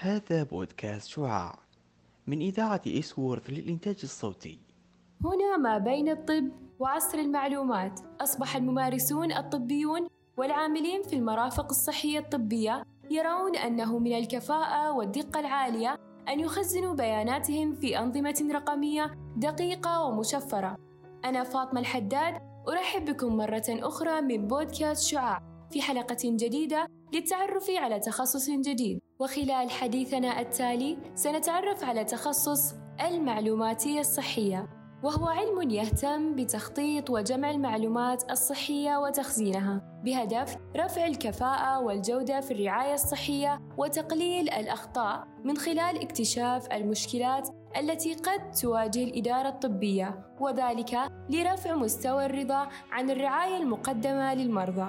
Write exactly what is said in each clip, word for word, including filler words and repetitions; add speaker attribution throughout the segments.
Speaker 1: هذا بودكاست شعاع من إذاعة إيسوورث للإنتاج الصوتي.
Speaker 2: هنا ما بين الطب وعصر المعلومات، أصبح الممارسون الطبيون والعاملين في المرافق الصحية الطبية يرون أنه من الكفاءة والدقة العالية أن يخزنوا بياناتهم في أنظمة رقمية دقيقة ومشفرة. أنا فاطمة الحداد، أرحب بكم مرة أخرى من بودكاست شعاع في حلقة جديدة للتعرف على تخصص جديد. وخلال حديثنا التالي سنتعرف على تخصص المعلوماتية الصحية، وهو علم يهتم بتخطيط وجمع المعلومات الصحية وتخزينها بهدف رفع الكفاءة والجودة في الرعاية الصحية وتقليل الأخطاء من خلال اكتشاف المشكلات التي قد تواجه الإدارة الطبية، وذلك لرفع مستوى الرضا عن الرعاية المقدمة للمرضى.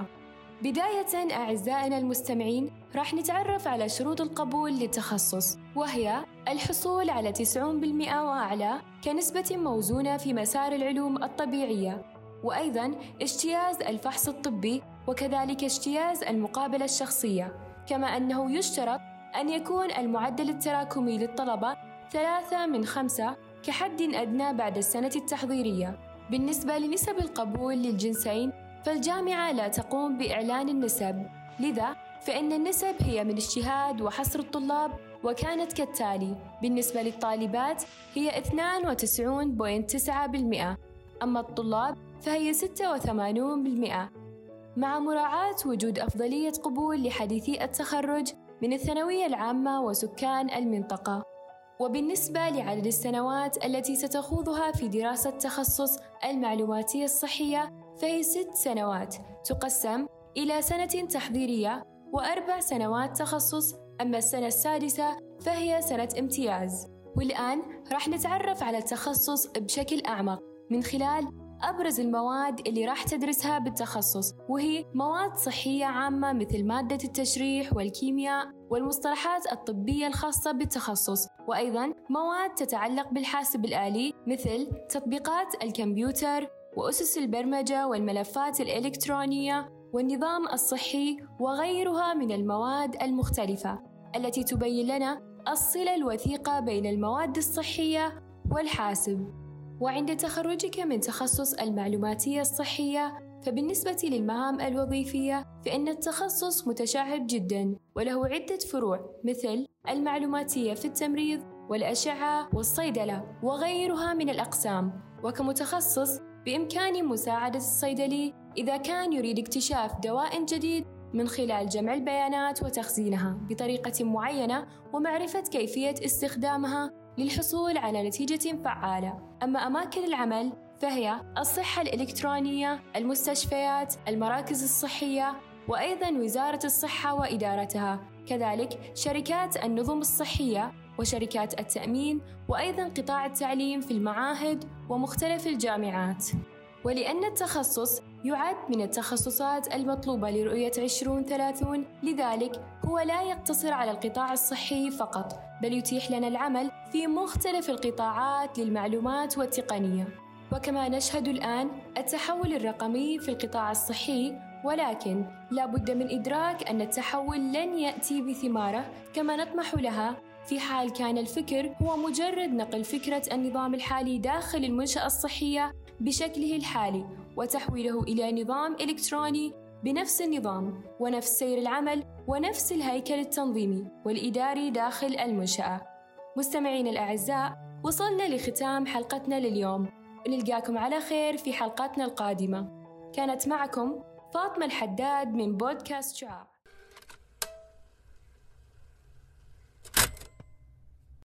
Speaker 2: بداية أعزائنا المستمعين، راح نتعرف على شروط القبول للتخصص، وهي الحصول على تسعين بالمئة وأعلى كنسبة موزونة في مسار العلوم الطبيعية، وأيضاً اجتياز الفحص الطبي، وكذلك اجتياز المقابلة الشخصية. كما أنه يشترط أن يكون المعدل التراكمي للطلبة ثلاثة من خمسة كحد أدنى بعد السنة التحضيرية. بالنسبة لنسب القبول للجنسين، فالجامعة لا تقوم بإعلان النسب، لذا فإن النسب هي من اجتهاد وحصر الطلاب، وكانت كالتالي: بالنسبة للطالبات هي اثنين وتسعين فاصلة تسعة بالمئة، أما الطلاب فهي ستة وثمانين بالمئة، مع مراعاة وجود أفضلية قبول لحديثي التخرج من الثانوية العامة وسكان المنطقة. وبالنسبة لعدد السنوات التي ستخوضها في دراسة تخصص المعلوماتية الصحية، فهي ست سنوات تقسم إلى سنة تحضيرية وأربع سنوات تخصص، أما السنة السادسة فهي سنة امتياز. والآن راح نتعرف على التخصص بشكل أعمق من خلال أبرز المواد اللي راح تدرسها بالتخصص، وهي مواد صحية عامة مثل مادة التشريح والكيمياء والمصطلحات الطبية الخاصة بالتخصص، وأيضاً مواد تتعلق بالحاسب الآلي مثل تطبيقات الكمبيوتر وأسس البرمجة والملفات الإلكترونية والنظام الصحي، وغيرها من المواد المختلفة التي تبين لنا الصلة الوثيقة بين المواد الصحية والحاسب. وعند تخرجك من تخصص المعلوماتية الصحية، فبالنسبة للمهام الوظيفية فإن التخصص متشعب جداً، وله عدة فروع مثل المعلوماتية في التمريض والأشعة والصيدلة وغيرها من الأقسام. وكمتخصص بإمكان مساعدة الصيدلي إذا كان يريد اكتشاف دواء جديد من خلال جمع البيانات وتخزينها بطريقة معينة ومعرفة كيفية استخدامها للحصول على نتيجة فعالة. أما أماكن العمل فهي الصحة الإلكترونية، المستشفيات، المراكز الصحية، وأيضاً وزارة الصحة وإدارتها، كذلك شركات النظم الصحية وشركات التأمين، وأيضاً قطاع التعليم في المعاهد ومختلف الجامعات. ولأن التخصص يعد من التخصصات المطلوبة لرؤية عشرين ثلاثين، لذلك هو لا يقتصر على القطاع الصحي فقط، بل يتيح لنا العمل في مختلف القطاعات للمعلومات والتقنية. وكما نشهد الآن التحول الرقمي في القطاع الصحي، ولكن لا بد من إدراك أن التحول لن يأتي بثماره كما نطمح لها في حال كان الفكر هو مجرد نقل فكرة النظام الحالي داخل المنشأة الصحية بشكله الحالي وتحويله إلى نظام إلكتروني بنفس النظام ونفس سير العمل ونفس الهيكل التنظيمي والإداري داخل المنشأة. مستمعين الأعزاء، وصلنا لختام حلقتنا لليوم، ونلقاكم على خير في حلقاتنا القادمة. كانت معكم فاطمة الحداد من بودكاست شعاع.